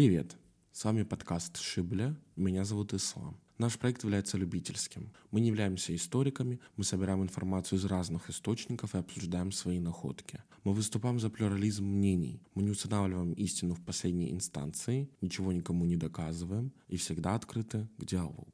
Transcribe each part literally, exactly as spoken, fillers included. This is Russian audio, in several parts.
Привет! С вами подкаст «Шибля». Меня зовут Ислам. Наш проект является любительским. Мы не являемся историками, мы собираем информацию из разных источников и обсуждаем свои находки. Мы выступаем за плюрализм мнений. Мы не устанавливаем истину в последней инстанции, ничего никому не доказываем и всегда открыты к диалогу.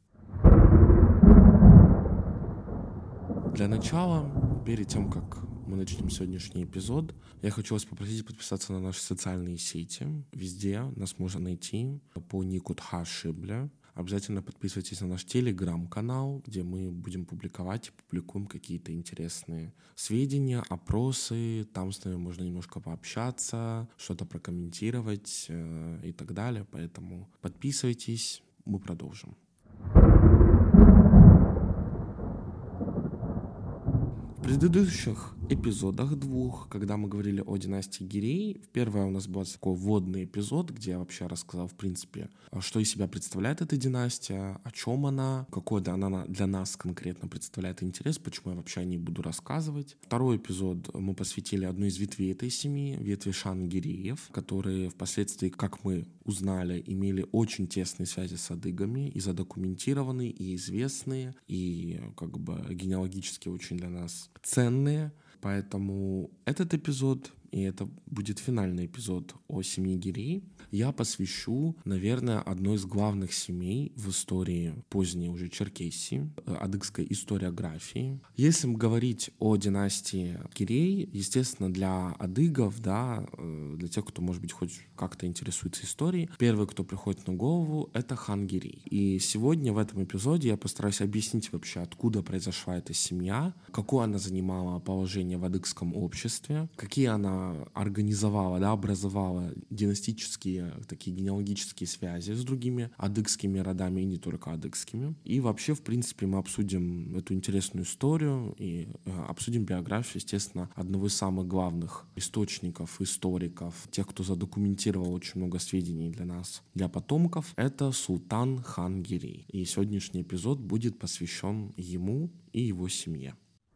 Для начала, перед тем, как мы начнем сегодняшний эпизод, я хочу вас попросить подписаться на наши социальные сети. Везде нас можно найти по нику Тха Шибля. Обязательно подписывайтесь на наш телеграм-канал, где мы будем публиковать и публикуем какие-то интересные сведения, опросы. Там с нами можно немножко пообщаться, что-то прокомментировать э, и так далее. Поэтому подписывайтесь, мы продолжим. В предыдущих эпизодах двух, когда мы говорили о династии Гирей, первое у нас был такой вводный эпизод, где я вообще рассказал, в принципе, что из себя представляет эта династия, о чем она, какой она для нас конкретно представляет интерес, почему я вообще о ней буду рассказывать. Второй эпизод мы посвятили одной из ветвей этой семьи, ветви Шан-Гиреев, которые впоследствии, как мы узнали, имели очень тесные связи с адыгами, и задокументированные, и известные, и как бы генеалогически очень для нас ценные. Поэтому этот эпизод, и это будет финальный эпизод о семье Гирей, я посвящу, наверное, одной из главных семей в истории поздней уже Черкесии, адыгской историографии. Если говорить о династии Гирей, естественно, для адыгов, да, для тех, кто, может быть, хоть как-то интересуется историей, первый, кто приходит на голову, это хан Гирей. И сегодня в этом эпизоде я постараюсь объяснить вообще, откуда произошла эта семья, какое она занимала положение в адыгском обществе, какие она организовала, да, образовала династические такие генеалогические связи с другими адыгскими родами и не только адыгскими. И вообще, в принципе, мы обсудим эту интересную историю и э, обсудим биографию, естественно, одного из самых главных источников, историков, тех, кто задокументировал очень много сведений для нас, для потомков. Это Султан хан Гирей. И сегодняшний эпизод будет посвящен ему и его семье.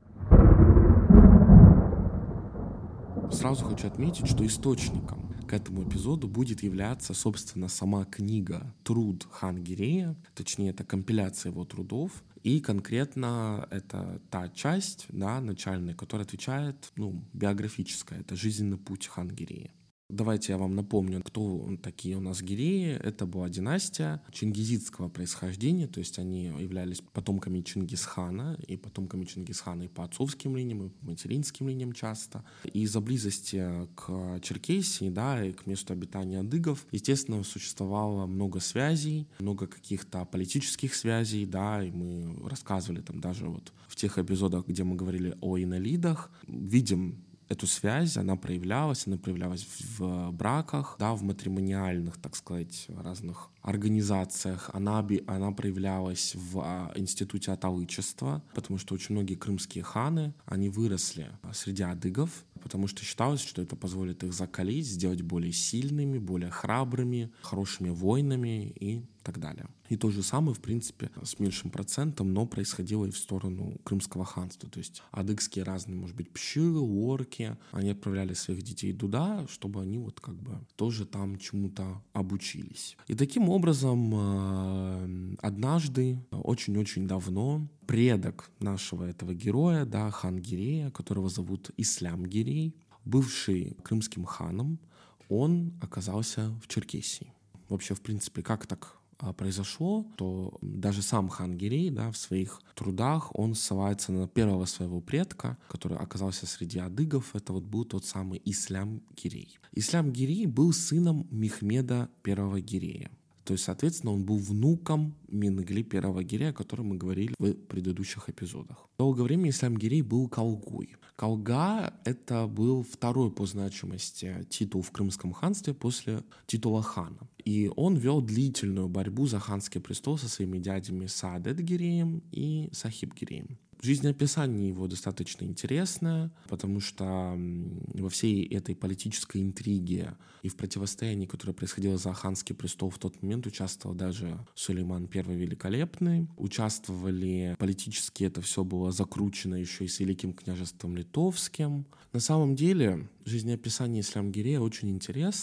Сразу хочу отметить, что источником к этому эпизоду будет являться, собственно, сама книга «Труд хан Гирея», точнее, это компиляция его трудов, и конкретно это та часть, да, начальная, которая отвечает, ну, биографическая, это жизненный путь хан Гирея. Давайте я вам напомню, кто такие у нас Гиреи. Это была династия чингизидского происхождения, то есть они являлись потомками Чингисхана, и потомками Чингисхана и по отцовским линиям, и по материнским линиям часто. И из-за близости к Черкесии, да, и к месту обитания адыгов, естественно, существовало много связей, много каких-то политических связей, да, и мы рассказывали там даже вот в тех эпизодах, где мы говорили о инолидах, видим эту связь, она проявлялась, она проявлялась в браках, да, в матримониальных, так сказать, разных организациях. Она, она проявлялась в институте аталычества, потому что очень многие крымские ханы, они выросли среди адыгов, потому что считалось, что это позволит их закалить, сделать более сильными, более храбрыми, хорошими воинами и так далее. И то же самое, в принципе, с меньшим процентом, но происходило и в сторону крымского ханства. То есть адыгские разные, может быть, пщилы, орки, они отправляли своих детей туда, чтобы они вот как бы тоже там чему-то обучились. И таким образом однажды, очень-очень давно, предок нашего этого героя, да, хан Гирея, которого зовут Ислям Гирей, бывший крымским ханом, он оказался в Черкесии. Вообще, в принципе, как так произошло, то даже сам хан Гирей, да, в своих трудах он ссылается на первого своего предка, который оказался среди адыгов. Это вот был тот самый Ислям Гирей. Ислям Гирей был сыном Мехмеда первого Гирея. То есть, соответственно, он был внуком Мингли первого Гирея, о котором мы говорили в предыдущих эпизодах. Долгое время Ислям Гирей был калгой. Калга — это был второй по значимости титул в Крымском ханстве после титула хана. И он вел длительную борьбу за ханский престол со своими дядями Саадет Гиреем и Сахиб Гиреем. Жизнеописание его достаточно интересное, потому что во всей этой политической интриге и в противостоянии, которое происходило за ханский престол в тот момент, участвовал даже Сулейман Первый Великолепный. Участвовали политически, это все было закручено еще и с Великим княжеством Литовским. На самом деле, жизнеописание Ислям Гирея очень интересное,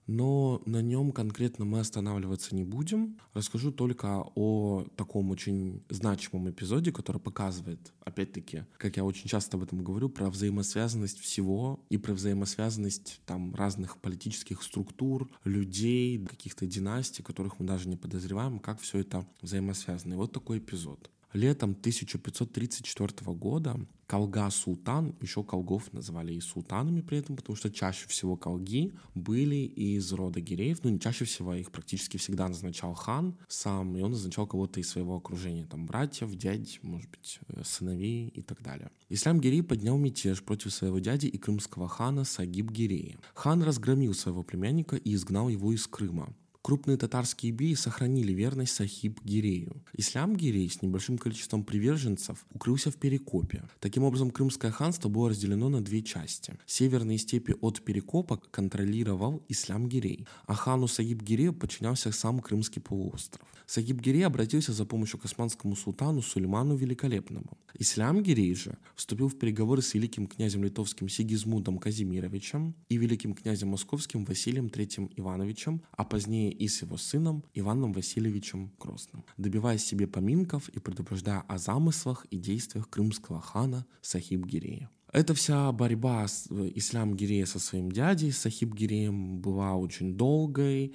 но на нем конкретно мы останавливаться не будем. Расскажу только о таком очень значимом эпизоде, который показывает, опять-таки, как я очень часто об этом говорю, про взаимосвязанность всего и про взаимосвязанность там разных политических структур, людей, каких-то династий, которых мы даже не подозреваем, как все это взаимосвязано. И вот такой эпизод. Летом тысяча пятьсот тридцать четвёртого года Калга Султан, еще Калгов называли и султанами при этом, потому что чаще всего Калги были из рода Гиреев, ну не чаще всего, их практически всегда назначал хан сам, и он назначал кого-то из своего окружения, там братьев, дядь, может быть, сыновей и так далее. Ислам-Гирей поднял мятеж против своего дяди и крымского хана Сагиб-Гирея. Хан разгромил своего племянника и изгнал его из Крыма. Крупные татарские беи сохранили верность Сахиб-Гирею. Ислам-Гирей с небольшим количеством приверженцев укрылся в Перекопе. Таким образом, Крымское ханство было разделено на две части. Северные степи от Перекопа контролировал Ислам-Гирей, а хану Сахиб-Гирею подчинялся сам Крымский полуостров. Сахиб-Гирей обратился за помощью к османскому султану Сулейману Великолепному. Ислам-Гирей же вступил в переговоры с великим князем литовским Сигизмундом Казимировичем и великим князем московским Василием третьим Ивановичем, а позднее и с его сыном Иваном Васильевичем Грозным, добиваясь себе поминков и предупреждая о замыслах и действиях крымского хана Сахиб-Гирея. Эта вся борьба с Ислам-Гирея со своим дядей Сахиб-Гиреем была очень долгой.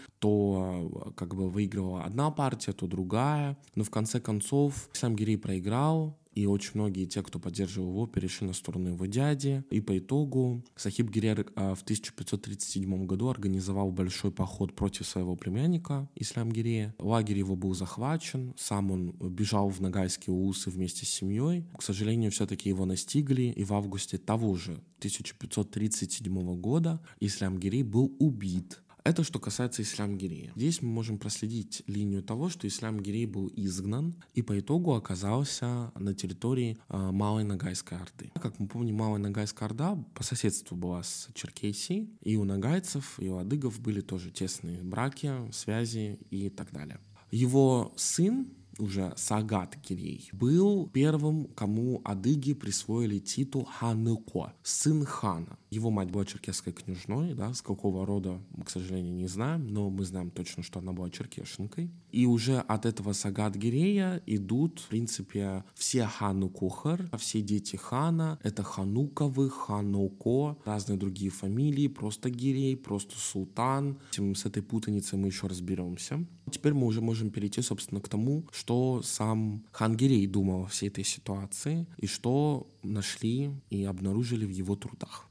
То как бы выигрывала одна партия, то другая. Но в конце концов Ислам-Гирей проиграл, и очень многие те, кто поддерживал его, перешли на сторону его дяди. И по итогу Сахиб-Гирей в тысяча пятьсот тридцать седьмом году организовал большой поход против своего племянника Ислам-Гирея. Лагерь его был захвачен, сам он бежал в Ногайские улусы вместе с семьей. К сожалению, все-таки его настигли, и в августе того же тысяча пятьсот тридцать седьмого года Ислам-Гирей был убит. Это что касается Ислам-Гирея. Здесь мы можем проследить линию того, что Ислам-Гирей был изгнан и по итогу оказался на территории э, Малой Ногайской Орды. Как мы помним, Малая Ногайская Орда по соседству была с Черкесией, и у ногайцев, и у адыгов были тоже тесные браки, связи и так далее. Его сын, уже Сагат-Гирей, был первым, кому адыги присвоили титул Ханыко, сын хана. Его мать была черкесской княжной, да, с какого рода мы, к сожалению, не знаем, но мы знаем точно, что она была черкешенкой. И уже от этого Сагат-Гирея идут, в принципе, все Ханукохар, все дети хана. Это Хануковы, Хануко, разные другие фамилии, просто Гирей, просто Султан. С этой путаницей мы еще разберемся. Теперь мы уже можем перейти, собственно, к тому, что сам хан Гирей думал о всей этой ситуации и что нашли и обнаружили в его трудах.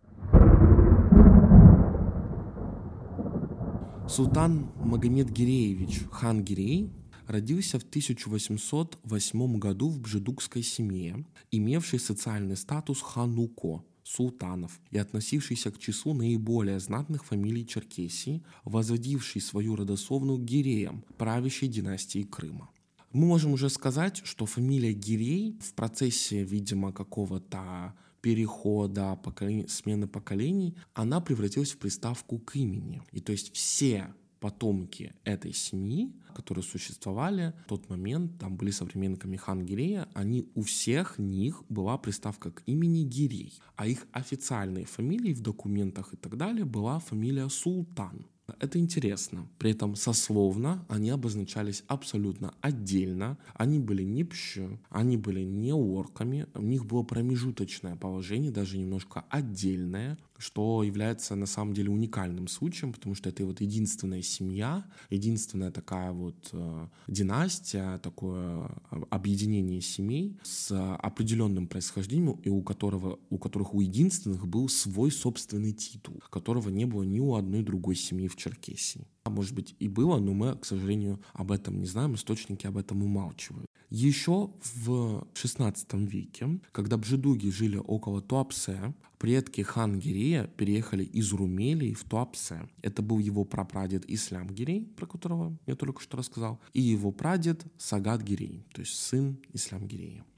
Султан Магомед Гиреевич хан Гирей родился в тысяча восемьсот восьмом году в бжедукской семье, имевшей социальный статус хануко, султанов, и относившийся к числу наиболее знатных фамилий Черкесии, возводивший свою родословную к Гиреям, правящей династии Крыма. Мы можем уже сказать, что фамилия Гирей в процессе, видимо, какого-то перехода, поколения, смены поколений, она превратилась в приставку к имени. И то есть все потомки этой семьи, которые существовали в тот момент, там были современниками хан Гирея, они, у всех них была приставка к имени Гирей, а их официальной фамилией в документах и так далее была фамилия Султан. Это интересно. При этом сословно они обозначались абсолютно отдельно. Они были не пщи, они были не орками. У них было промежуточное положение, даже немножко отдельное, что является на самом деле уникальным случаем, потому что это вот единственная семья, единственная такая вот э, династия, такое объединение семей с определенным происхождением, и у которого, у которых у единственных был свой собственный титул, которого не было ни у одной другой семьи в Черкесии. А может быть и было, но мы, к сожалению, об этом не знаем, источники об этом умалчивают. Еще в шестнадцатом веке, когда бжедуги жили около Туапсе, предки хан Гирея переехали из Румелии в Туапсе. Это был его прапрадед Ислам-Гирей, про которого я только что рассказал, и его прадед Сагат-Гирей, то есть сын Ислам-Гирея.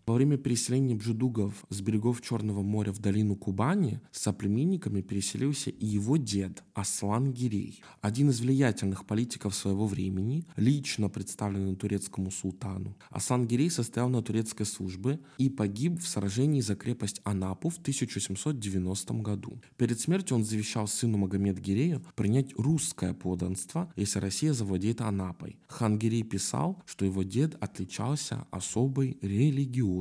Во время переселения бжедугов с берегов Черного моря в долину Кубани с соплеменниками переселился и его дед Аслан Гирей, один из влиятельных политиков своего времени, лично представленный турецкому султану. Аслан Гирей состоял на турецкой службе и погиб в сражении за крепость Анапу в тысяча семьсот девяностом году. Перед смертью он завещал сыну Магомед Гирею принять русское подданство, если Россия завладеет Анапой. Хан Гирей писал, что его дед отличался особой религиозностью.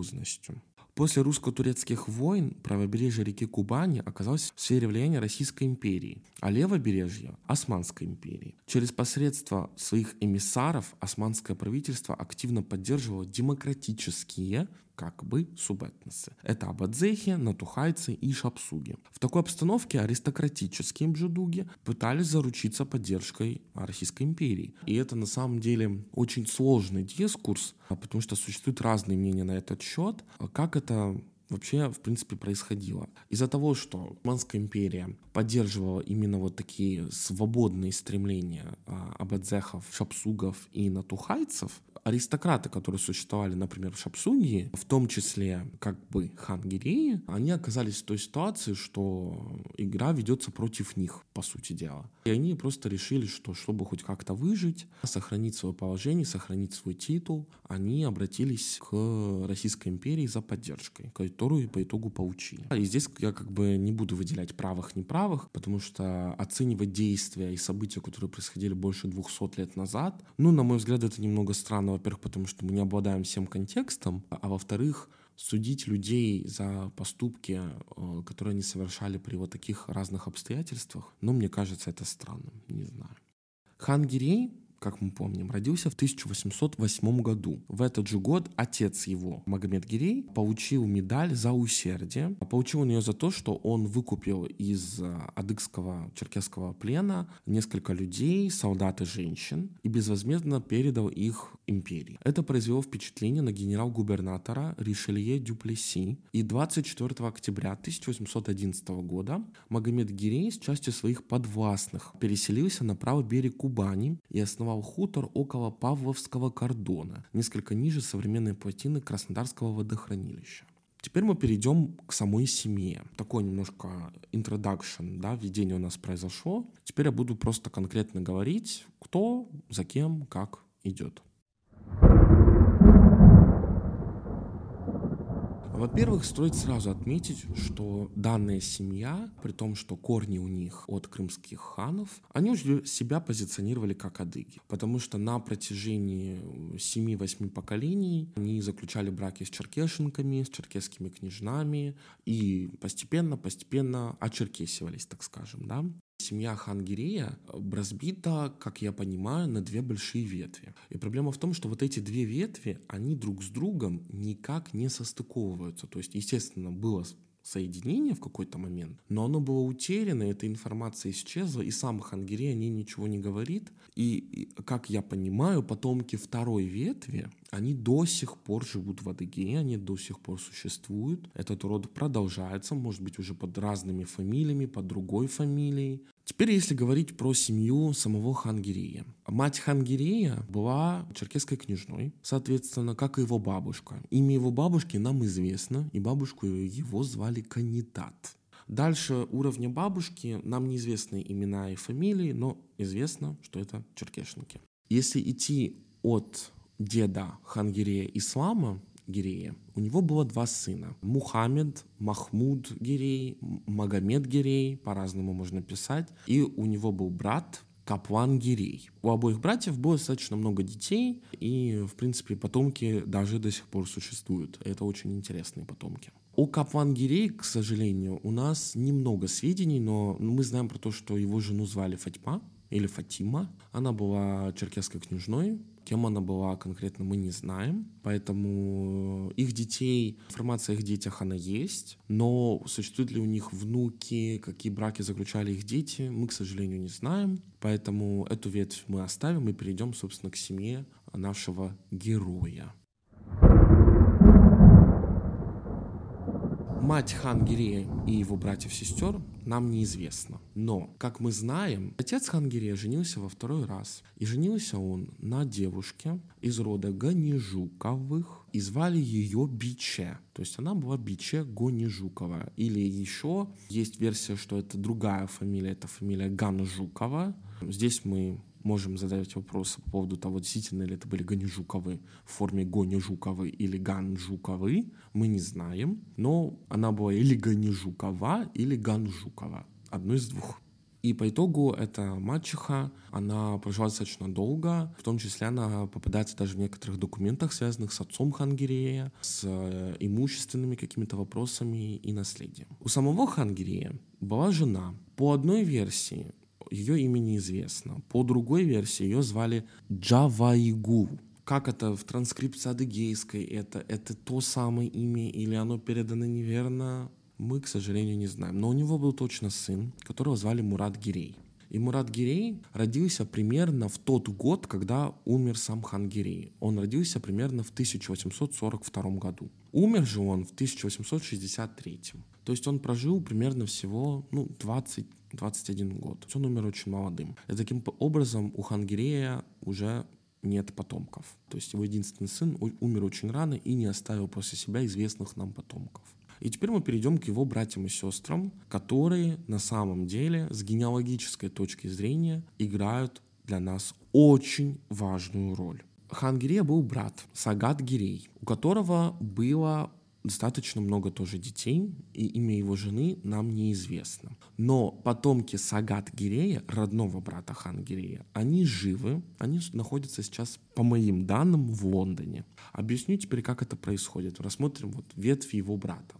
После русско-турецких войн правобережье реки Кубани оказалось в сфере влияния Российской империи, а левобережье – Османской империи. Через посредство своих эмиссаров османское правительство активно поддерживало демократические как бы субэтносы. Это абадзехи, натухайцы и шапсуги. В такой обстановке аристократические бжедуги пытались заручиться поддержкой Российской империи. И это на самом деле очень сложный дискурс, потому что существуют разные мнения на этот счет. Как это вообще, в принципе, происходило? Из-за того, что Османская империя поддерживала именно вот такие свободные стремления абадзехов, шапсугов и натухайцев, аристократы, которые существовали, например, в Шапсугии, в том числе как бы хан Гиреи, они оказались в той ситуации, что игра ведется против них, по сути дела. И они просто решили, что чтобы хоть как-то выжить, сохранить свое положение, сохранить свой титул, они обратились к Российской империи за поддержкой, которую по итогу получили. И здесь я как бы не буду выделять правых-неправых, потому что оценивать действия и события, которые происходили больше двухсот лет назад, ну, на мой взгляд, это немного странно. Во-первых, потому что мы не обладаем всем контекстом, а во-вторых, судить людей за поступки, которые они совершали при вот таких разных обстоятельствах, ну, мне кажется, это странным, не знаю. Хан Гирей, как мы помним, родился в тысяча восемьсот восьмом году. В этот же год отец его, Магомед Гирей, получил медаль за усердие. Получил он ее за то, что он выкупил из адыгского черкесского плена несколько людей, солдат и женщин, и безвозмездно передал их империи. Это произвело впечатление на генерал-губернатора Ришелье Дюплесси, и двадцать четвёртого октября тысяча восемьсот одиннадцатого года Магомед Гирей с частью своих подвластных переселился на правый берег Кубани и основал хутор около Павловского кордона, несколько ниже современной плотины Краснодарского водохранилища. Теперь мы перейдем к самой семье. Такой немножко introduction, да, введение у нас произошло. Теперь я буду просто конкретно говорить, кто, за кем, как идет. Во-первых, стоит сразу отметить, что данная семья, при том, что корни у них от крымских ханов, они уже себя позиционировали как адыги, потому что на протяжении семи-восьми поколений они заключали браки с черкешенками, с черкесскими княжнами и постепенно-постепенно очеркесивались, так скажем, да. Семья хан Гирея разбита, как я понимаю, на две большие ветви. И проблема в том, что вот эти две ветви, они друг с другом никак не состыковываются. То есть, естественно, было соединение в какой-то момент, но оно было утеряно, эта информация исчезла, и сам хан Гирей о ней ничего не говорит. И, и, как я понимаю, потомки второй ветви, они до сих пор живут в Адыгее, они до сих пор существуют. Этот род продолжается, может быть, уже под разными фамилиями, под другой фамилией. Теперь, если говорить про семью самого хан Гирея. Мать хан Гирея была черкесской княжной, соответственно, как и его бабушка. Имя его бабушки нам известно, и бабушку его звали Канитат. Дальше уровня бабушки нам неизвестны имена и фамилии, но известно, что это черкешники. Если идти от деда хан Гирея Ислама Гирея, у него было два сына. Мухаммед, Махмуд Гирей, Магомед Гирей, по-разному можно писать. И у него был брат Каплан Гирей. У обоих братьев было достаточно много детей, и, в принципе, потомки даже до сих пор существуют. Это очень интересные потомки. О Каплан Гирей, к сожалению, у нас немного сведений, но мы знаем про то, что его жену звали Фатьма или Фатима. Она была черкесской княжной. Кем она была конкретно, мы не знаем. Поэтому их детей, информация о их детях, она есть. Но существуют ли у них внуки, какие браки заключали их дети, мы, к сожалению, не знаем. Поэтому эту ветвь мы оставим и перейдем, собственно, к семье нашего героя. Мать хан Гирея и его братьев-сестер нам неизвестна. Но, как мы знаем, отец хан Гирея женился во второй раз. И женился он на девушке из рода Ганежуковых. И звали ее Биче. То есть она была Биче Гонежукова. Или еще есть версия, что это другая фамилия. Это фамилия Ганжукова. Здесь мы можем задать вопросы по поводу того, действительно ли это были Ганежуковы в форме Гонежуковы или Ганжуковы. Мы не знаем. Но она была или Ганежукова, или Ганжукова. Одно из двух. И по итогу эта мачеха, она прожила достаточно долго, в том числе она попадается даже в некоторых документах, связанных с отцом хан Гирея, с имущественными какими-то вопросами и наследием. У самого хан Гирея была жена. По одной версии ее имя неизвестно, по другой версии ее звали Джавайгул. Как это в транскрипции адыгейской, это, это то самое имя или оно передано неверно, мы, к сожалению, не знаем. Но у него был точно сын, которого звали Мурат Гирей. И Мурат Гирей родился примерно в тот год, когда умер сам хан Гирей. Он родился примерно в тысяча восемьсот сорок втором году. Умер же он в тысяча восемьсот шестьдесят третьем. То есть он прожил примерно всего ну, двадцать двадцать один год. То есть он умер очень молодым. И таким образом у хан Гирея уже нет потомков. То есть его единственный сын умер очень рано и не оставил после себя известных нам потомков. И теперь мы перейдем к его братьям и сестрам, которые на самом деле с генеалогической точки зрения играют для нас очень важную роль. Хан Гирея был брат Сагат Гирей, у которого было достаточно много тоже детей, и имя его жены нам неизвестно. Но потомки Сагат Гирея, родного брата хан Гирея, они живы, они находятся сейчас, по моим данным, в Лондоне. Объясню теперь, как это происходит. Рассмотрим вот ветвь его брата.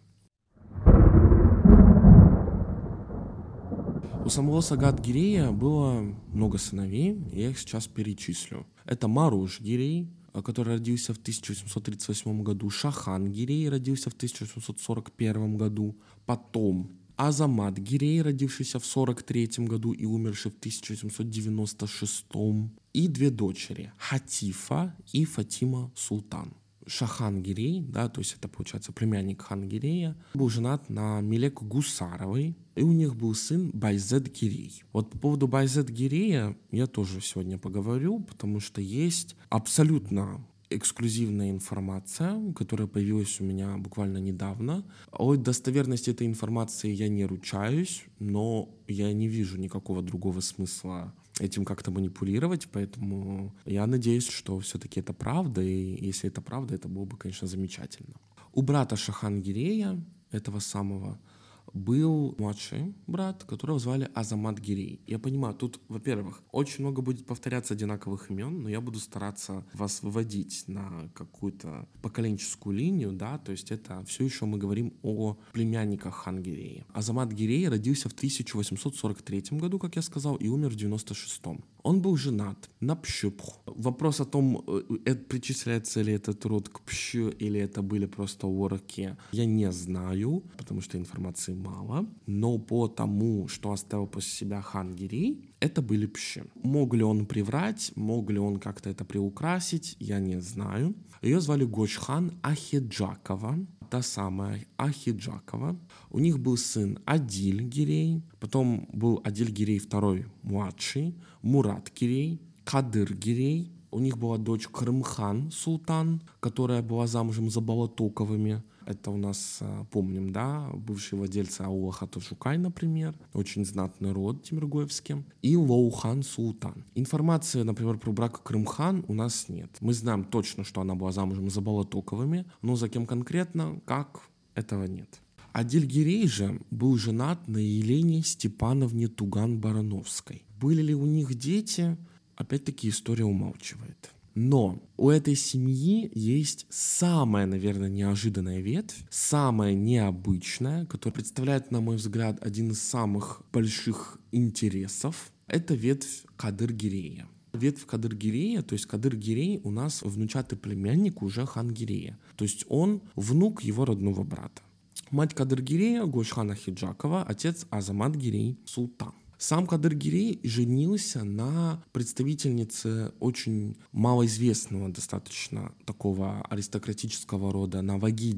У самого Сагат Гирея было много сыновей, я их сейчас перечислю. Это Маруш Гирей, который родился в тысяча восемьсот тридцать восьмом году, Шахан Гирей родился в тысяча восемьсот сорок первом году, потом Азамат Гирей, родившийся в сорок третьем году и умерший в тысяча восемьсот девяносто шестом, и две дочери, Хатифа и Фатима Султан. Шахан Гирей, да, то есть это, получается, племянник хан Гирея, был женат на Мелек Гусаровой, и у них был сын Байзет Гирей. Вот по поводу Байзет Гирея я тоже сегодня поговорю, потому что есть абсолютно эксклюзивная информация, которая появилась у меня буквально недавно. О достоверности этой информации я не ручаюсь, но я не вижу никакого другого смысла этим как-то манипулировать, поэтому я надеюсь, что все-таки это правда, и если это правда, это было бы, конечно, замечательно. У брата Шахан Гирея, этого самого, был младший брат, которого звали Азамат Гирей. Я понимаю, тут, во-первых, очень много будет повторяться одинаковых имен, но я буду стараться вас выводить на какую-то поколенческую линию, да, то есть это все еще мы говорим о племянниках хан Гирея. Азамат Гирей родился в тысяча восемьсот сорок третьем году, как я сказал, и умер в девяносто шестом. Он был женат на Пщупху. Вопрос о том, это, причисляется ли этот род к Пщу или это были просто орки, я не знаю, потому что информации мало. Но по тому, что оставил после себя хан Гирей, это были Пщи. Мог ли он приврать, мог ли он как-то это приукрасить, я не знаю. Ее звали Гочхан Ахиджакова, та самая Ахиджакова. У них был сын Адиль Гирей, потом был Адиль Гирей второй младший, Мурат Гирей, Кадыр Гирей. У них была дочь Крымхан Султан, которая была замужем за Болотоковыми. Это у нас, помним, да, бывшие владельцы аула Хатушукай, например, очень знатный род тимиргоевский, и Лоухан Султан. Информации, например, про брак Крымхан у нас нет. Мы знаем точно, что она была замужем за Болотоковыми, но за кем конкретно, как, этого нет. Адиль Гирей же был женат на Елене Степановне Туган-Барановской. Были ли у них дети? Опять-таки история умалчивает. Но у этой семьи есть самая, наверное, неожиданная ветвь, самая необычная, которая представляет, на мой взгляд, один из самых больших интересов. Это ветвь Кадыр Гирея. Ветвь Кадыр Гирея, то есть Кадыр Гирей у нас внучатый племянник уже хан Гирея. То есть он внук его родного брата. Мать Кадыр Гирея Гочхан Ахиджакова, отец Азамат Гирей Султан. Сам Кадыр Гирей женился на представительнице очень малоизвестного достаточно такого аристократического рода Навагиде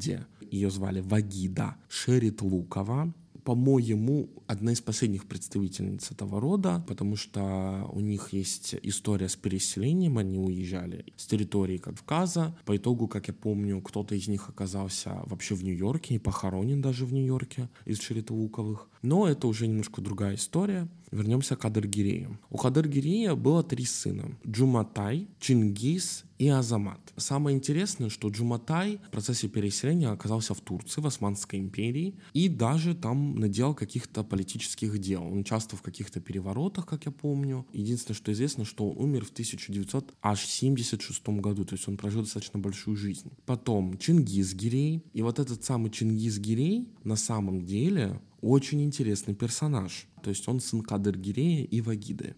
Ее звали Вагида Шеритлукова. По-моему, одна из последних представительниц этого рода, потому что у них есть история с переселением, они уезжали с территории Кавказа. По итогу, как я помню, кто-то из них оказался вообще в Нью-Йорке и похоронен даже в Нью-Йорке из Шеритлуковых. Но это уже немножко другая история. Вернемся к Кадыр-Гирею. У Кадыр-Гирея было три сына: Джуматай, Чингис и Азамат. Самое интересное, что Джуматай в процессе переселения оказался в Турции, в Османской империи, и даже там наделал каких-то политических дел. Он участвовал в каких-то переворотах, как я помню. Единственное, что известно, что он умер в тысяча девятьсот семьдесят шестом году, то есть он прожил достаточно большую жизнь. Потом Чингис-Гирей. И вот этот самый Чингис-Гирей на самом деле очень интересный персонаж. То есть он сын Кадыр-Гирея и Вагиды.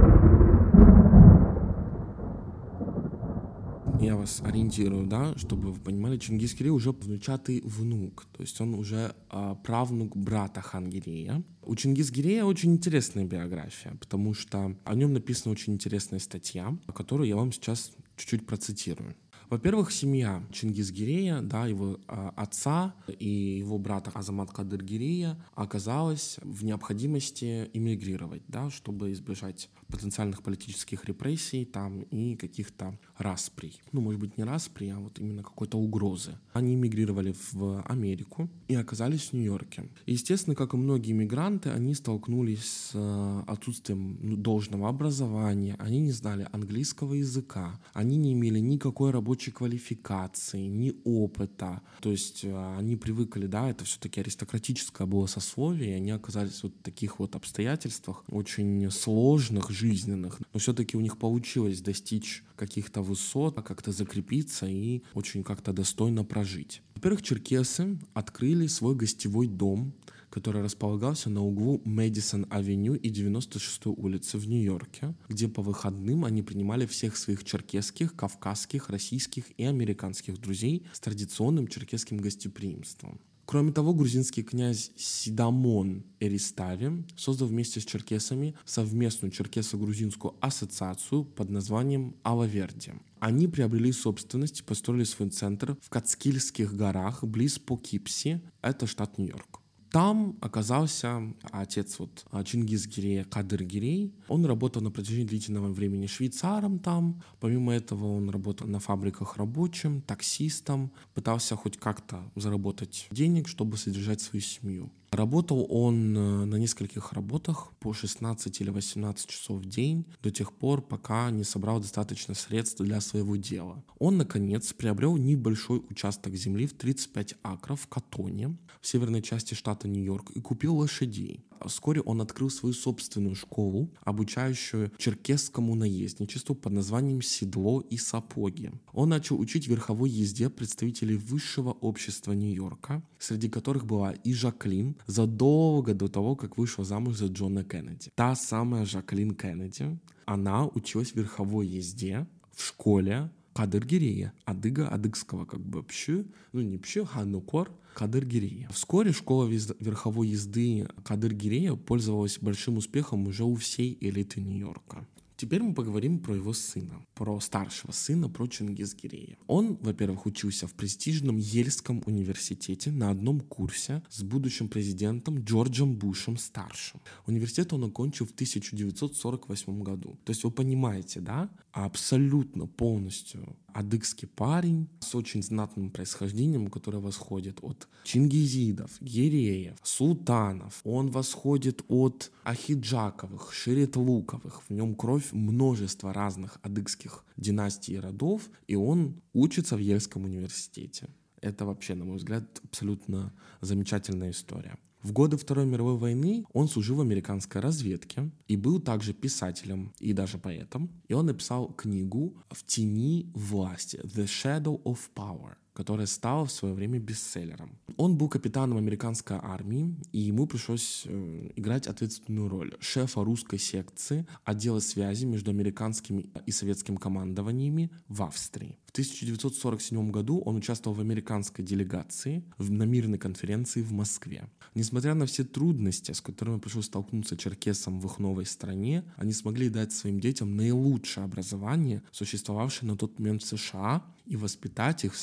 Я вас ориентирую, да, чтобы вы понимали, Чингис-Гирей уже внучатый внук, то есть он уже э, правнук брата хан-Гирея. У Чингис-Гирея очень интересная биография, потому что о нем написана очень интересная статья, которую я вам сейчас чуть-чуть процитирую. Во-первых, семья Чингис-Гирея, да, его э, отца и его брата Азамат Кадыр-Гирея оказалась в необходимости эмигрировать, да, чтобы избежать потенциальных политических репрессий там и каких-то расприй. Ну, может быть, не расприй, а вот именно какой-то угрозы. Они эмигрировали в Америку и оказались в Нью-Йорке. И, естественно, как и многие иммигранты, они столкнулись с э, отсутствием должного образования, они не знали английского языка, они не имели никакой рабочей квалификации, ни опыта. То есть э, они привыкли, да, это все-таки аристократическое было сословие, и они оказались вот в таких вот обстоятельствах, очень сложных, жизненных. Но все-таки у них получилось достичь каких-то высот, как-то закрепиться и очень как-то достойно прожить. Во-первых, черкесы открыли свой гостевой дом, который располагался на углу Мэдисон-авеню и девяносто шестой улицы в Нью-Йорке, где по выходным они принимали всех своих черкесских, кавказских, российских и американских друзей с традиционным черкесским гостеприимством. Кроме того, грузинский князь Сидамон Эристави создал вместе с черкесами совместную черкесо-грузинскую ассоциацию под названием Алаверди. Они приобрели собственность и построили свой центр в Кацкильских горах близ Покипси, это штат Нью-Йорк. Там оказался отец вот Чингис-Гирея, Кадыр-Гирей. Он работал на протяжении длительного времени швейцаром там. Помимо этого он работал на фабриках рабочим, таксистом. Пытался хоть как-то заработать денег, чтобы содержать свою семью. Работал он на нескольких работах по шестнадцать или восемнадцать часов в день до тех пор, пока не собрал достаточно средств для своего дела. Он, наконец, приобрел небольшой участок земли в тридцать пять акров в Катоне, в северной части штата Нью-Йорк, и купил лошадей. Вскоре он открыл свою собственную школу, обучающую черкесскому наездничеству под названием «Седло и сапоги». Он начал учить верховой езде представителей высшего общества Нью-Йорка, среди которых была и Жаклин, задолго до того, как вышла замуж за Джона Кеннеди. Та самая Жаклин Кеннеди, она училась верховой езде в школе Кадыр-Гирея, адыга адыгского как бы пщу, ну не пщу, а нукор, Кадыр-Гирея. Вскоре школа верховой езды Кадыр-Гирея пользовалась большим успехом уже у всей элиты Нью-Йорка. Теперь мы поговорим про его сына, про старшего сына, про Чингис-Гирея. Он, во-первых, учился в престижном Ельском университете на одном курсе с будущим президентом Джорджем Бушем-старшим. Университет он окончил в тысяча девятьсот сорок восьмом году. То есть вы понимаете, да, абсолютно полностью адыгский парень с очень знатным происхождением, который восходит от чингизидов, гиреев, султанов. Он восходит от ахиджаковых, шеретлуковых. В нем кровь множества разных адыгских династий и родов, и он учится в Ельском университете. Это вообще, на мой взгляд, абсолютно замечательная история. В годы Второй мировой войны он служил в американской разведке и был также писателем и даже поэтом. И он написал книгу «В тени власти» «The Shadow of Power», которая стала в свое время бестселлером. Он был капитаном американской армии, и ему пришлось э, играть ответственную роль шефа русской секции отдела связи между американскими и советским командованиями в Австрии. В тысяча девятьсот сорок седьмом году он участвовал в американской делегации на мирной конференции в Москве. Несмотря на все трудности, с которыми пришлось столкнуться черкесам в их новой стране, они смогли дать своим детям наилучшее образование, существовавшее на тот момент в США, и воспитать их в соответствии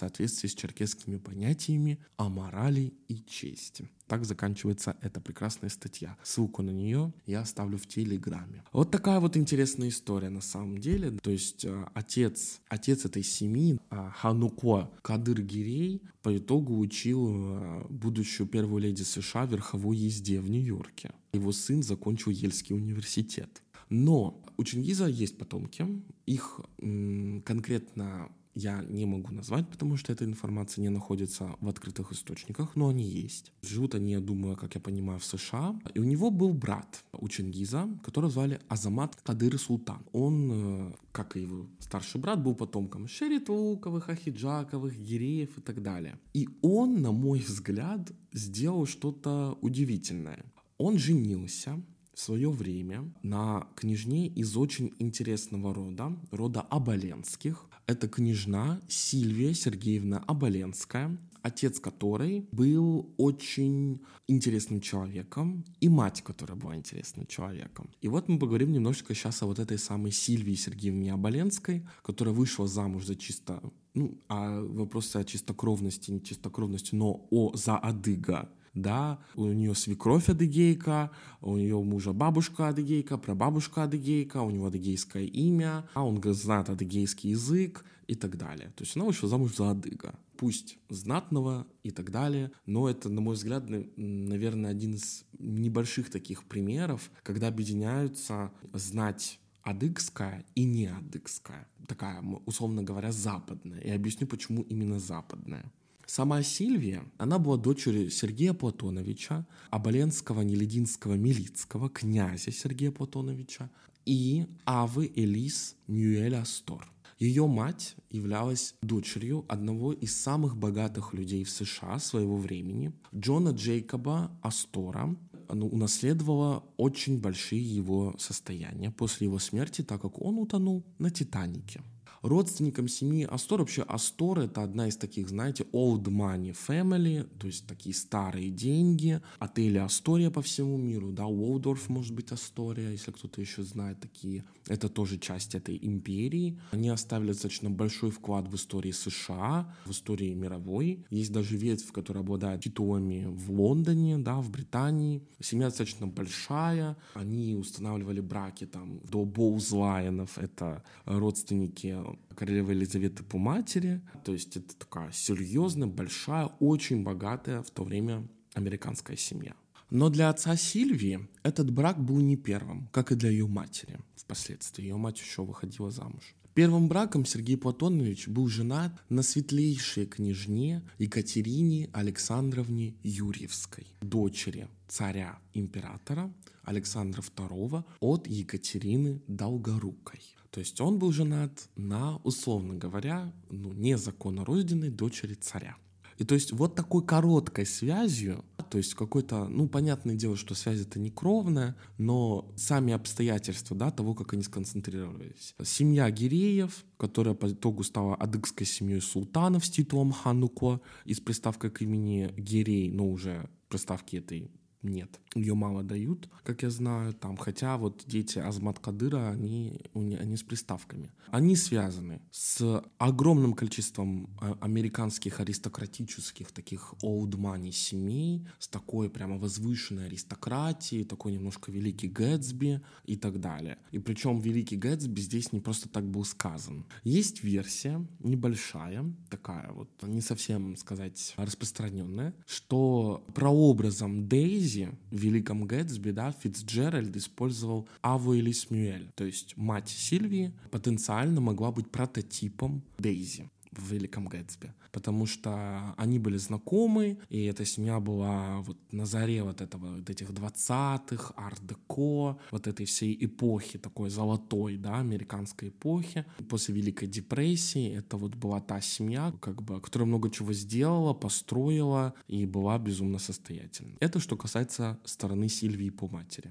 соответствии с черкесскими понятиями о морали и чести. Так заканчивается эта прекрасная статья. Ссылку на нее я оставлю в Телеграме. Вот такая вот интересная история на самом деле. То есть э, отец, отец этой семьи, э, Хануква Кадыр Гирей, по итогу учил э, будущую первую леди США верховой езде в Нью-Йорке. Его сын закончил Ельский университет. Но у Чингиза есть потомки. Их м, конкретно я не могу назвать, потому что эта информация не находится в открытых источниках, но они есть. Живут они, я думаю, как я понимаю, в США. И у него был брат у Чингиза, которого звали Азамат Кадыр Султан. Он, как и его старший брат, был потомком Шеритуковых, Ахиджаковых, Гиреев и так далее. И он, на мой взгляд, сделал что-то удивительное. Он женился в свое время на княжне из очень интересного рода, рода Оболенских. Это княжна Сильвия Сергеевна Оболенская, отец которой был очень интересным человеком, и мать, которая была интересным человеком. И вот мы поговорим немножечко сейчас о вот этой самой Сильвии Сергеевне Оболенской, которая вышла замуж за чисто, ну, а вопросы о чистокровности, не чистокровности, но о за адыга. Да, у нее свекровь адыгейка, у ее мужа бабушка адыгейка, прабабушка адыгейка, у него адыгейское имя, а он знает адыгейский язык и так далее. То есть она вышла замуж за адыга. Пусть знатного и так далее, но это, на мой взгляд, наверное, один из небольших таких примеров, когда объединяются знать адыгская и не адыгская. Такая, условно говоря, западная. И объясню, почему именно западная. Сама Сильвия, она была дочерью Сергея Платоновича, Оболенского, Нелединского, Милицкого, князя Сергея Платоновича и Авы Элис Мюэль Астор. Ее мать являлась дочерью одного из самых богатых людей в США своего времени, Джона Джейкоба Астора. Она унаследовала очень большие его состояния после его смерти, так как он утонул на Титанике. Родственникам семьи Астор, вообще Астор — это одна из таких, знаете, old money family, то есть такие старые деньги, отели Астория по всему миру, да, Уолдорф, может быть, Астория, если кто-то еще знает такие, это тоже часть этой империи. Они оставили достаточно большой вклад в истории США, в истории мировой. Есть даже ветвь, которая обладает титулами в Лондоне, да, в Британии. Семья достаточно большая, они устанавливали браки там до Боузлайенов, это родственники королевы Елизаветы по матери. То есть это такая серьезная, большая, очень богатая в то время американская семья. Но для отца Сильвии этот брак был не первым, как и для ее матери впоследствии. Ее мать еще выходила замуж. Первым браком Сергей Платонович был женат на светлейшей княжне Екатерине Александровне Юрьевской, дочери царя-императора Александра второго от Екатерины Долгорукой. То есть он был женат на, условно говоря, ну, незаконнорожденной дочери царя. И то есть вот такой короткой связью, то есть какой-то, ну, понятное дело, что связь это не кровная, но сами обстоятельства, да, того, как они сконцентрировались. Семья Гиреев, которая по итогу стала адыгской семьей султанов с титулом Хануква и с приставкой к имени Гирей, но уже приставки этой нет. Ее мало дают, как я знаю, там, хотя вот дети Азамат Кадыра, они, они с приставками. Они связаны с огромным количеством американских аристократических таких old money семей, с такой прямо возвышенной аристократией, такой немножко Великий Гэтсби и так далее. И причем Великий Гэтсби здесь не просто так был сказан. Есть версия небольшая, такая вот, не совсем, сказать, распространенная, что прообразом Дейзи в Великом Гэтсби, да, Фицджеральд использовал Аву Элис Мюэль, то есть мать Сильвии потенциально могла быть прототипом Дейзи в Великом Гэтсби, потому что они были знакомы, и эта семья была вот на заре вот этого, вот этих двадцатых, арт-деко, вот этой всей эпохи, такой золотой, да, американской эпохи. После Великой депрессии это вот была та семья, как бы, которая много чего сделала, построила и была безумно состоятельна. Это что касается стороны Сильвии по матери.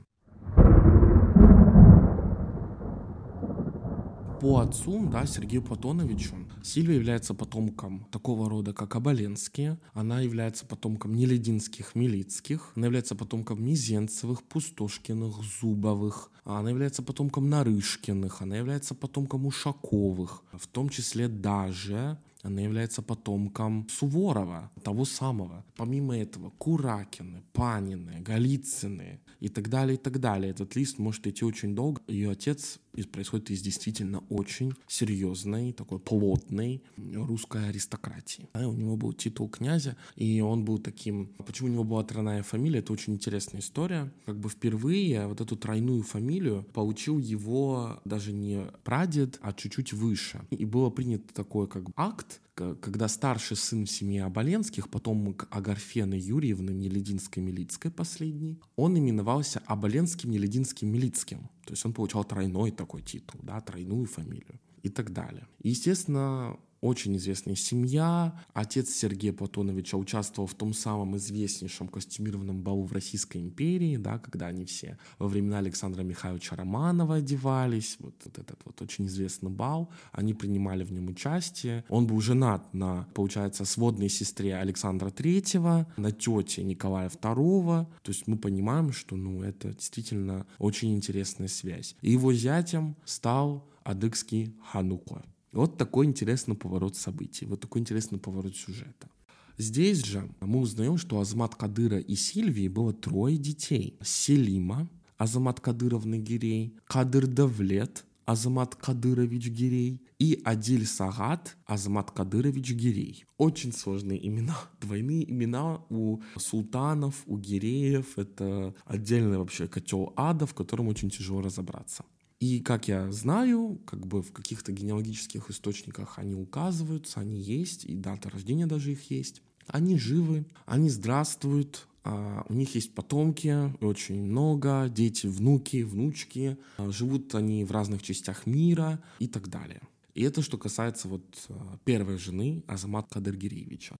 По отцу, да, Сергею Платоновичу, Сильвия является потомком такого рода, как Оболенские. Она является потомком Нелединских, Милицких. Она является потомком Мизенцевых, Пустошкиных, Зубовых. Она является потомком Нарышкиных. Она является потомком Ушаковых. В том числе даже она является потомком Суворова, того самого. Помимо этого, Куракины, Панины, Голицыны и так далее, и так далее. Этот лист может идти очень долго. Ее отец происходит из действительно очень серьезной, такой плотной русской аристократии. У него был титул князя, и он был таким... Почему у него была тройная фамилия? Это очень интересная история. Как бы впервые вот эту тройную фамилию получил его даже не прадед, а чуть-чуть выше. И было принято такой как бы акт, когда старший сын в семье Оболенских, потомок Агарфены Юрьевны Нелединской-Милицкой последней, он именовался Оболенским-Нелединским-Милицким. То есть он получал тройной такой титул, да, тройную фамилию и так далее. И, естественно, очень известная семья. Отец Сергея Платоновича участвовал в том самом известнейшем костюмированном балу в Российской империи, да, когда они все во времена Александра Михайловича Романова одевались. Вот, вот этот вот очень известный бал. Они принимали в нем участие. Он был женат на, получается, сводной сестре Александра Третьего, на тете Николая Второго. То есть мы понимаем, что ну, это действительно очень интересная связь. И его зятем стал адыгский Хануко. Вот такой интересный поворот событий, вот такой интересный поворот сюжета. Здесь же мы узнаем, что у Азамат Кадыра и Сильвии было трое детей. Селима Азамат Кадыровна Гирей, Кадыр Давлет Азамат Кадырович Гирей и Адиль Сагат Азамат Кадырович Гирей. Очень сложные имена, двойные имена у султанов, у гиреев. Это отдельный вообще котел ада, в котором очень тяжело разобраться. И, как я знаю, как бы в каких-то генеалогических источниках они указываются, они есть, и дата рождения даже их есть. Они живы, они здравствуют, у них есть потомки, очень много, дети, внуки, внучки, живут они в разных частях мира и так далее. И это что касается вот первой жены Азамата Кадыргиреевича.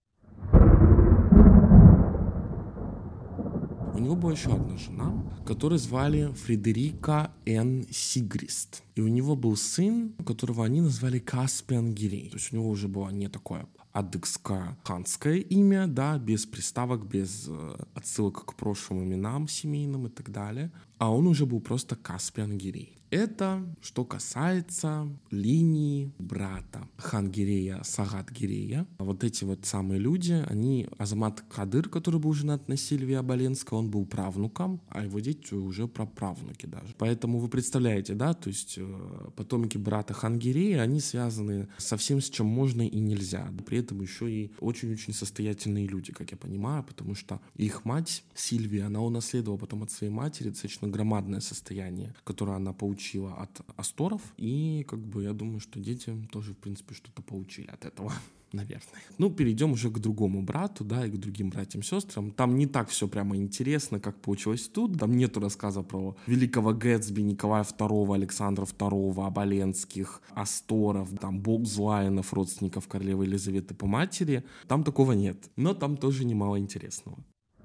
У него была еще одна жена, которую звали Фредерика Н. Сигрист. И у него был сын, которого они назвали Каспиан Гирей. То есть у него уже было не такое адыгско-ханское имя, да, без приставок, без э, отсылок к прошлым именам семейным и так далее. А он уже был просто Каспиан Гирей. Это что касается линии брата Хан-Гирея, Сагат-Гирея. Вот эти вот самые люди, они, Азамат Кадыр, который был женат на Сильвии Оболенской, он был правнуком, а его дети уже праправнуки даже. Поэтому вы представляете, да, то есть э, потомки брата Хан-Гирея, они связаны со всем, с чем можно и нельзя. При этом еще и очень-очень состоятельные люди, как я понимаю, потому что их мать Сильвия, она унаследовала потом от своей матери достаточно громадное состояние, которое она получила от Асторов, и как бы я думаю, что дети тоже, в принципе, что-то получили от этого, наверное. Ну, перейдем уже к другому брату, да, и к другим братьям-сестрам. Там не так все прямо интересно, как получилось тут. Там нету рассказа про великого Гэтсби, Николая Второго, Александра Второго, Оболенских, Асторов, там, Болксвайнов, родственников королевы Елизаветы по матери. Там такого нет, но там тоже немало интересного.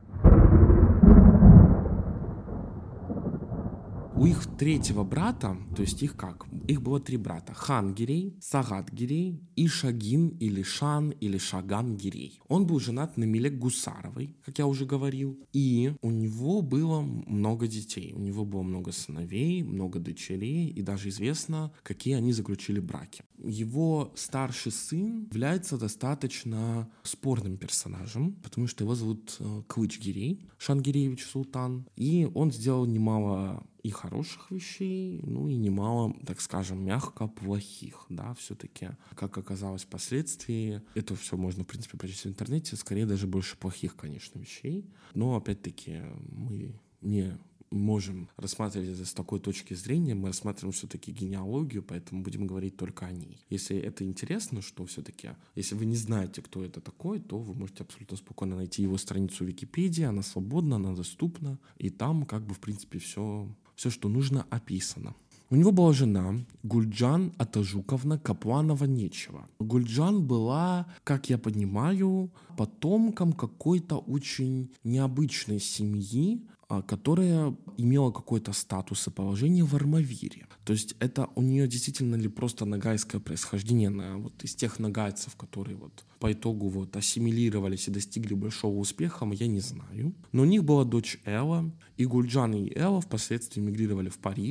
У их третьего брата, то есть их как? Их было три брата. Хан-Гирей, Сагат-Гирей и Шагин или Шан или Шаган-Гирей. Он был женат на Мелек Гусаровой, как я уже говорил. И у него было много детей. У него было много сыновей, много дочерей. И даже известно, какие они заключили браки. Его старший сын является достаточно спорным персонажем, потому что его зовут Кылыч-Гирей, Шан-Гиреевич Султан. И он сделал немало и хороших вещей, ну и немало, так скажем, мягко плохих, да, все-таки, как оказалось впоследствии, это все можно, в принципе, прочесть в интернете, скорее даже больше плохих, конечно, вещей, но, опять-таки, мы не можем рассматривать это с такой точки зрения, мы рассматриваем все-таки генеалогию, поэтому будем говорить только о ней. Если это интересно, что все-таки, если вы не знаете, кто это такой, то вы можете абсолютно спокойно найти его страницу в Википедии, она свободна, она доступна, и там, как бы, в принципе, все, все, что нужно, описано. У него была жена Гульджан Атажуковна Капланова-Нечева. Гульджан была, как я понимаю, потомком какой-то очень необычной семьи, которая имела какой-то статус и положение в Армавире. То есть это у нее действительно ли просто ногайское происхождение, она вот из тех ногайцев, которые вот по итогу вот ассимилировались и достигли большого успеха, я не знаю. Но у них была дочь Элла, и Гульджан и Элла впоследствии мигрировали в Париж.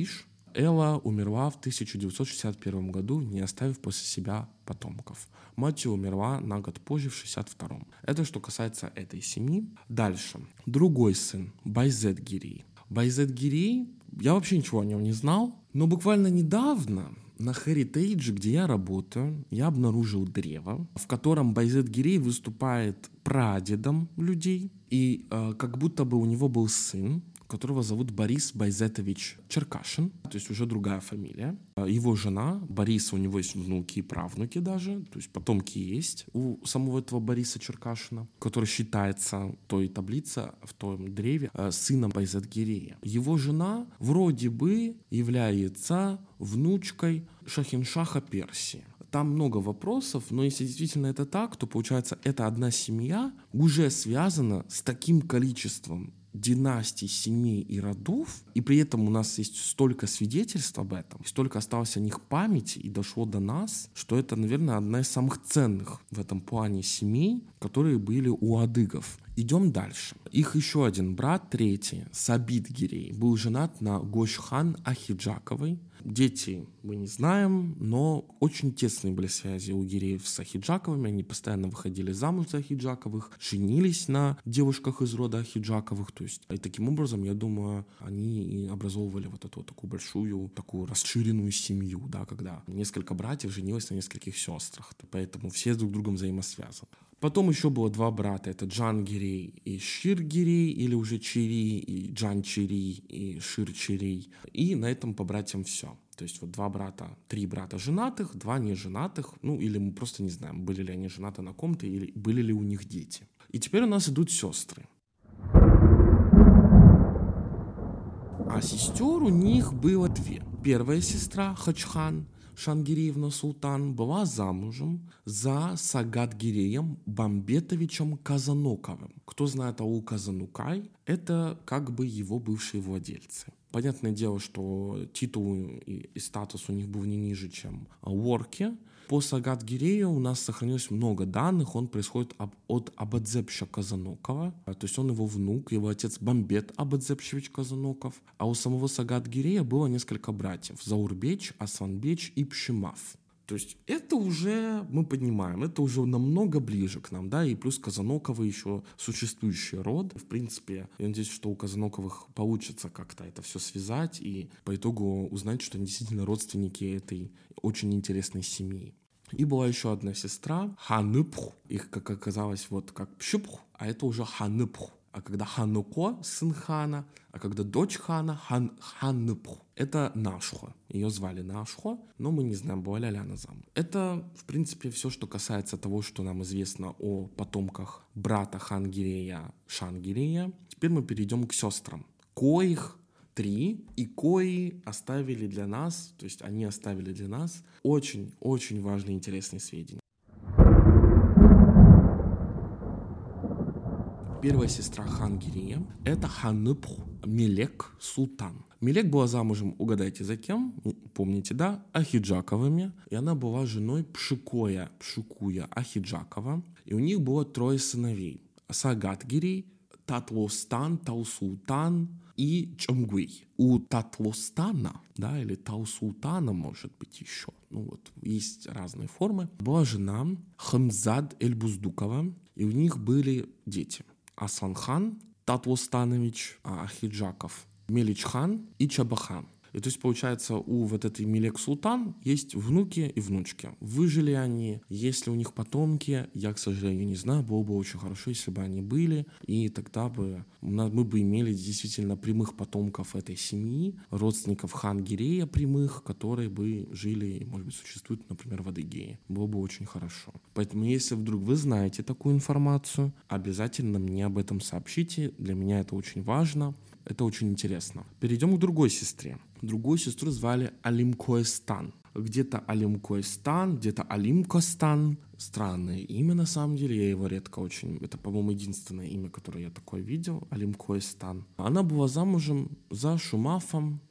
Эла умерла в тысяча девятьсот шестьдесят первом году, не оставив после себя потомков. Мать ее умерла на год позже, в шестьдесят втором. Это что касается этой семьи. Дальше. Другой сын, Байзет Гирей. Байзет Гирей, я вообще ничего о нем не знал, но буквально недавно на Heritage, где я работаю, я обнаружил древо, в котором Байзет Гирей выступает прадедом людей, и э, как будто бы у него был сын, которого зовут Борис Байзетович Черкашин, то есть уже другая фамилия. Его жена, Борис, у него есть внуки и правнуки даже, то есть потомки есть у самого этого Бориса Черкашина, который считается в той таблице, в том древе, сыном Байзет Гирея. Его жена вроде бы является внучкой Шахиншаха Персии. Там много вопросов, но если действительно это так, то получается, эта одна семья уже связана с таким количеством династий, семей и родов, и при этом у нас есть столько свидетельств об этом, столько осталось о них памяти и дошло до нас, что это, наверное, одна из самых ценных в этом плане семей, которые были у адыгов. Идем дальше. Их еще один брат, третий, Сабит Гирей, был женат на Гошхан Ахиджаковой. Дети мы не знаем, но очень тесные были связи у Гиреев с Ахиджаковыми. Они постоянно выходили замуж за Ахиджаковых, женились на девушках из рода Ахиджаковых. То есть, и таким образом, я думаю, они и образовывали вот эту вот такую большую, такую расширенную семью, да, когда несколько братьев женилось на нескольких сестрах. Поэтому все друг с другом взаимосвязаны. Потом еще было два брата, это Джан Гирей и Шир Гирей, или уже Чири, и Джан Чири, и Шир Чири. И на этом по братьям все. То есть вот два брата, три брата женатых, два неженатых, ну или мы просто не знаем, были ли они женаты на ком-то, или были ли у них дети. И теперь у нас идут сестры. А сестер у них было две. Первая сестра Хачхан Шангириевна Султан была замужем за Сагат-Гиреем Бамбетовичем Казаноковым. Кто знает Аул Казанукай, это как бы его бывшие владельцы. Понятное дело, что титул и, и статус у них был не ниже, чем у Орки. По Сагат-Гирею у нас сохранилось много данных. Он происходит об, от Абадзепща Казанокова. То есть он его внук, его отец Бамбет Абадзепщевич Казаноков. А у самого Сагат-Гирея было несколько братьев. Заурбеч, Асванбеч и Пшимав. То есть это уже, мы понимаем, это уже намного ближе к нам, да, и плюс Казаноковы еще существующий род. В принципе, я надеюсь, что у Казаноковых получится как-то это все связать и по итогу узнать, что они действительно родственники этой очень интересной семьи. И была еще одна сестра, Ханыпху, их, как оказалось, вот как Пшипху, а это уже Ханыпху. А когда Хануко, сын хана, а когда дочь хана, хан, Ханыпху. Это Нашхо. Ее звали Нашхо, но мы не знаем, была ли она замуж. Это, в принципе, все, что касается того, что нам известно о потомках брата Хангирея Шангирея. Теперь мы перейдем к сестрам. Коих три, и кои оставили для нас, то есть они оставили для нас очень-очень важные интересные сведения. Первая сестра Хангирея – это Ханыпху Мелек Султан. Мелек была замужем, угадайте за кем? Помните, да? Ахиджаковыми. И она была женой Пшикоя, Пшикуя Ахиджакова. И у них было трое сыновей. Сагат-Гирей, Татлостан, Таусултан и Чамгуй. У Татлостана, да, или Таусултана, может быть, еще, ну вот, есть разные формы, была жена Хамзад Эльбуздукова, и у них были дети. Асланхан Татлостанович Ахиджаков, Меличхан и Чабахан. И то есть, получается, у вот этой Мелек Султан есть внуки и внучки. Выжили они, есть ли у них потомки, я, к сожалению, не знаю. Было бы очень хорошо, если бы они были. И тогда бы мы бы имели действительно прямых потомков этой семьи, родственников Хан-Гирея прямых, которые бы жили, может быть, существуют, например, в Адыгее. Было бы очень хорошо. Поэтому, если вдруг вы знаете такую информацию, обязательно мне об этом сообщите. Для меня это очень важно. Это очень интересно. Перейдем к другой сестре. Другую сестру звали Алимкоестан. Где-то Алимкоестан, где-то Алимкостан. Странное имя, на самом деле. Я его редко очень... Это, по-моему, единственное имя, которое я такое видел. Алимкоестан. Она была замужем за Шумафом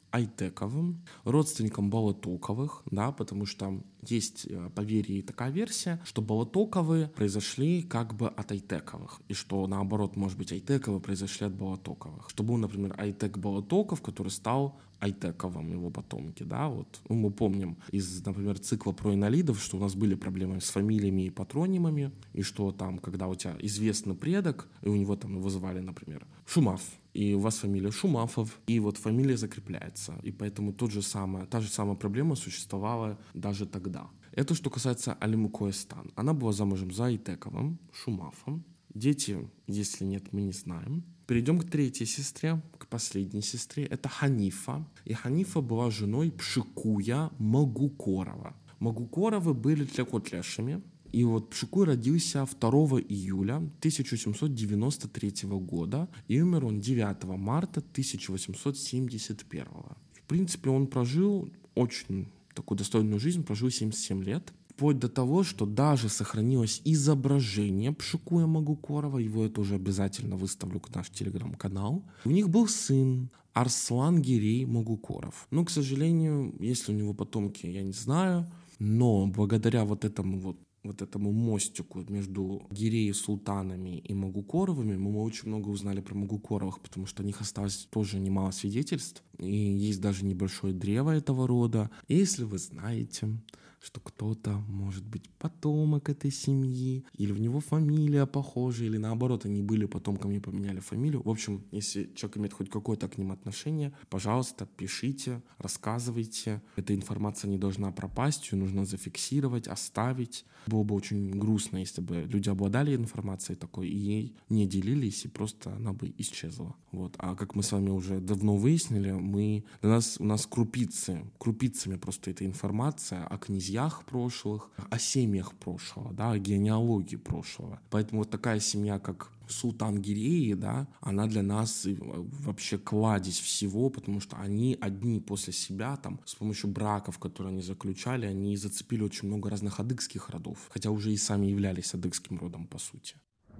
Айтековым, родственником Болотоковых, да, потому что есть по вере такая версия, что Болотоковы произошли как бы от Айтековых, и что наоборот, может быть, Айтековы произошли от Болотоковых. Что был, например, Айтек Болотоков, который стал Айтековым, его потомки, да, вот. Ну, мы помним из, например, цикла про инвалидов, что у нас были проблемы с фамилиями и патронимами, и что там, когда у тебя известный предок, и у него там его звали, например, Шумав, и у вас фамилия Шумафов, и вот фамилия закрепляется. И поэтому тот же самое, та же самая проблема существовала даже тогда. Это что касается Алимукоя Стан. Она была замужем за Айтековым, Шумафом. Дети, если нет, мы не знаем. Перейдем к третьей сестре, к последней сестре. Это Ханифа. И Ханифа была женой Пшикуя Магукорова. Магукоровы были тлекотлешами. И вот Пшикуй родился второго июля тысяча семьсот девяносто третьего года, и умер он девятого марта тысяча восемьсот семьдесят первого. В принципе, он прожил очень такую достойную жизнь, прожил семьдесят семь лет, вплоть до того, что даже сохранилось изображение Пшикуя Магукорова, его я тоже обязательно выставлю к наш телеграм-канал. У них был сын Арслан Гирей Магукоров. Но, к сожалению, если у него потомки, я не знаю, но благодаря вот этому вот вот этому мостику между Гиреи Султанами и Магукоровыми мы очень много узнали про Магукоровых, потому что о них осталось тоже немало свидетельств, и есть даже небольшое древо этого рода. И если вы знаете, что кто-то, может быть, потомок этой семьи, или в него фамилия похожа, или наоборот, они были потомками и поменяли фамилию. В общем, если человек имеет хоть какое-то к ним отношение, пожалуйста, пишите, рассказывайте. Эта информация не должна пропасть, ее нужно зафиксировать, оставить. Было бы очень грустно, если бы люди обладали информацией такой и ей не делились, и просто она бы исчезла. Вот. А как мы с вами уже давно выяснили, мы, у нас, у нас крупицы, крупицами просто эта информация о князьях прошлых, о семьях прошлого, да, о генеалогии прошлого. Поэтому вот такая семья, как Султан Гиреи, да, она для нас вообще кладезь всего, потому что они одни после себя, там, с помощью браков, которые они заключали, они зацепили очень много разных адыгских родов, хотя уже и сами являлись адыгским родом, по сути.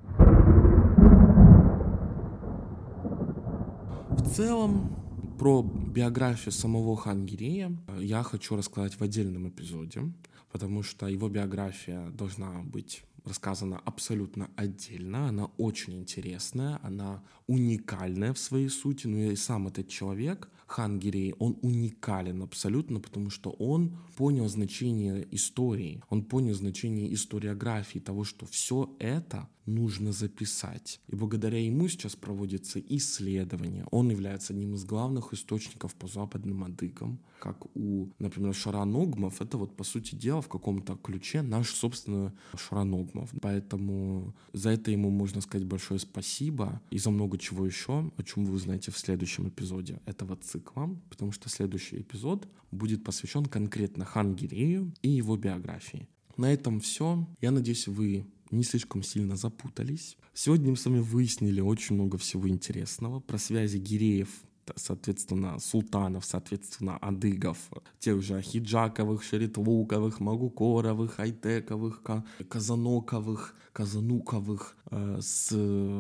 В целом, про биографию самого хан Гирея я хочу рассказать в отдельном эпизоде, потому что его биография должна быть рассказана абсолютно отдельно, она очень интересная, она уникальная в своей сути, но и сам этот человек, хан Гирей, он уникален абсолютно, потому что он понял значение истории, он понял значение историографии, того, что все это нужно записать. И благодаря ему сейчас проводится исследование. Он является одним из главных источников по западным адыгам, как у, например, шараногмов. Это вот, по сути дела, в каком-то ключе наш собственный шараногмов. Поэтому за это ему можно сказать большое спасибо и за много чего еще, о чем вы узнаете в следующем эпизоде этого цикла, потому что следующий эпизод будет посвящен конкретно хан Гирею и его биографии. На этом все. Я надеюсь, вы не слишком сильно запутались. Сегодня мы с вами выяснили очень много всего интересного про связи гиреев, соответственно, султанов, соответственно, адыгов, тех же Ахиджаковых, Шеретлуковых, Магукоровых, Айтековых, Казаноковых, Казануковых, э, с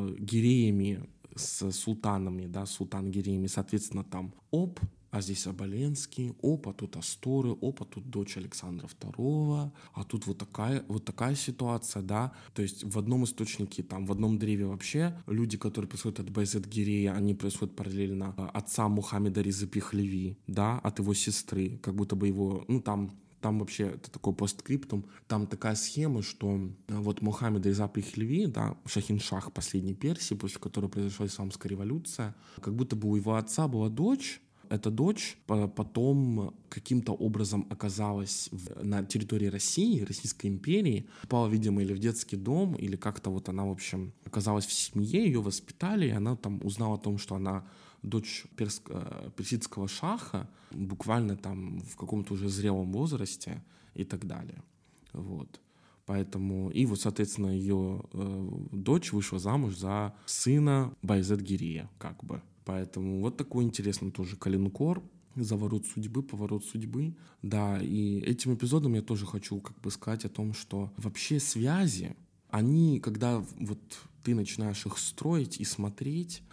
гиреями, с султанами, да, султан-гиреями, соответственно, там Оп, а здесь Оболенский, опа, тут Асторы, опа, тут дочь Александра второго, а тут вот такая, вот такая ситуация, да, то есть в одном источнике, там, в одном древе вообще люди, которые происходят от Байзет-Гирея, они происходят параллельно отца Мухаммеда Резы Пехлеви, да, от его сестры, как будто бы его, ну, там, Там вообще это такой постскриптум, там такая схема, что вот Мухаммед Реза Пехлеви, да, Шахиншах последней Персии, после которой произошла исламская революция, как будто бы у его отца была дочь. Эта дочь потом каким-то образом оказалась в, на территории России, Российской империи, попала, видимо, или в детский дом, или как-то вот она, в общем, оказалась в семье, ее воспитали, и она там узнала о том, что она дочь перск, персидского шаха, буквально там в каком-то уже зрелом возрасте и так далее. Вот. Поэтому, и вот, соответственно, ее э, дочь вышла замуж за сына Байзет-Гирея, как бы. Поэтому вот такой интересный тоже калинкор, заворот судьбы, поворот судьбы. Да, и этим эпизодом я тоже хочу как бы сказать о том, что вообще связи, они, когда вот ты начинаешь их строить и смотреть,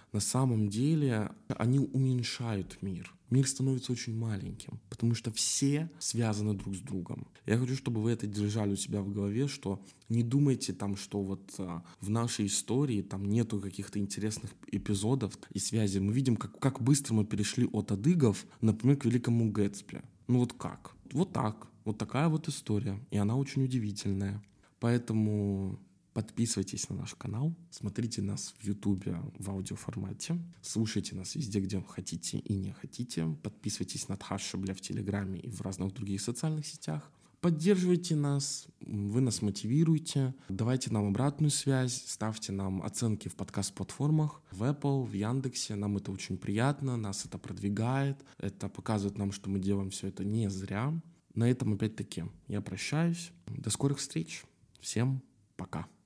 на самом деле они уменьшают мир. Мир становится очень маленьким, потому что все связаны друг с другом. Я хочу, чтобы вы это держали у себя в голове, что не думайте там, что вот а, в нашей истории там нету каких-то интересных эпизодов и связей. Мы видим, как, как быстро мы перешли от адыгов, например, к Великому Гэтсби. Ну вот как? Вот так. Вот такая вот история. И она очень удивительная. Поэтому подписывайтесь на наш канал, смотрите нас в Ютубе в аудиоформате, слушайте нас везде, где хотите и не хотите, подписывайтесь на Тхас Шибле в Телеграме и в разных других социальных сетях. Поддерживайте нас, вы нас мотивируете, давайте нам обратную связь, ставьте нам оценки в подкаст-платформах, в Apple, в Яндексе, нам это очень приятно, нас это продвигает, это показывает нам, что мы делаем все это не зря. На этом опять-таки я прощаюсь, до скорых встреч, всем пока.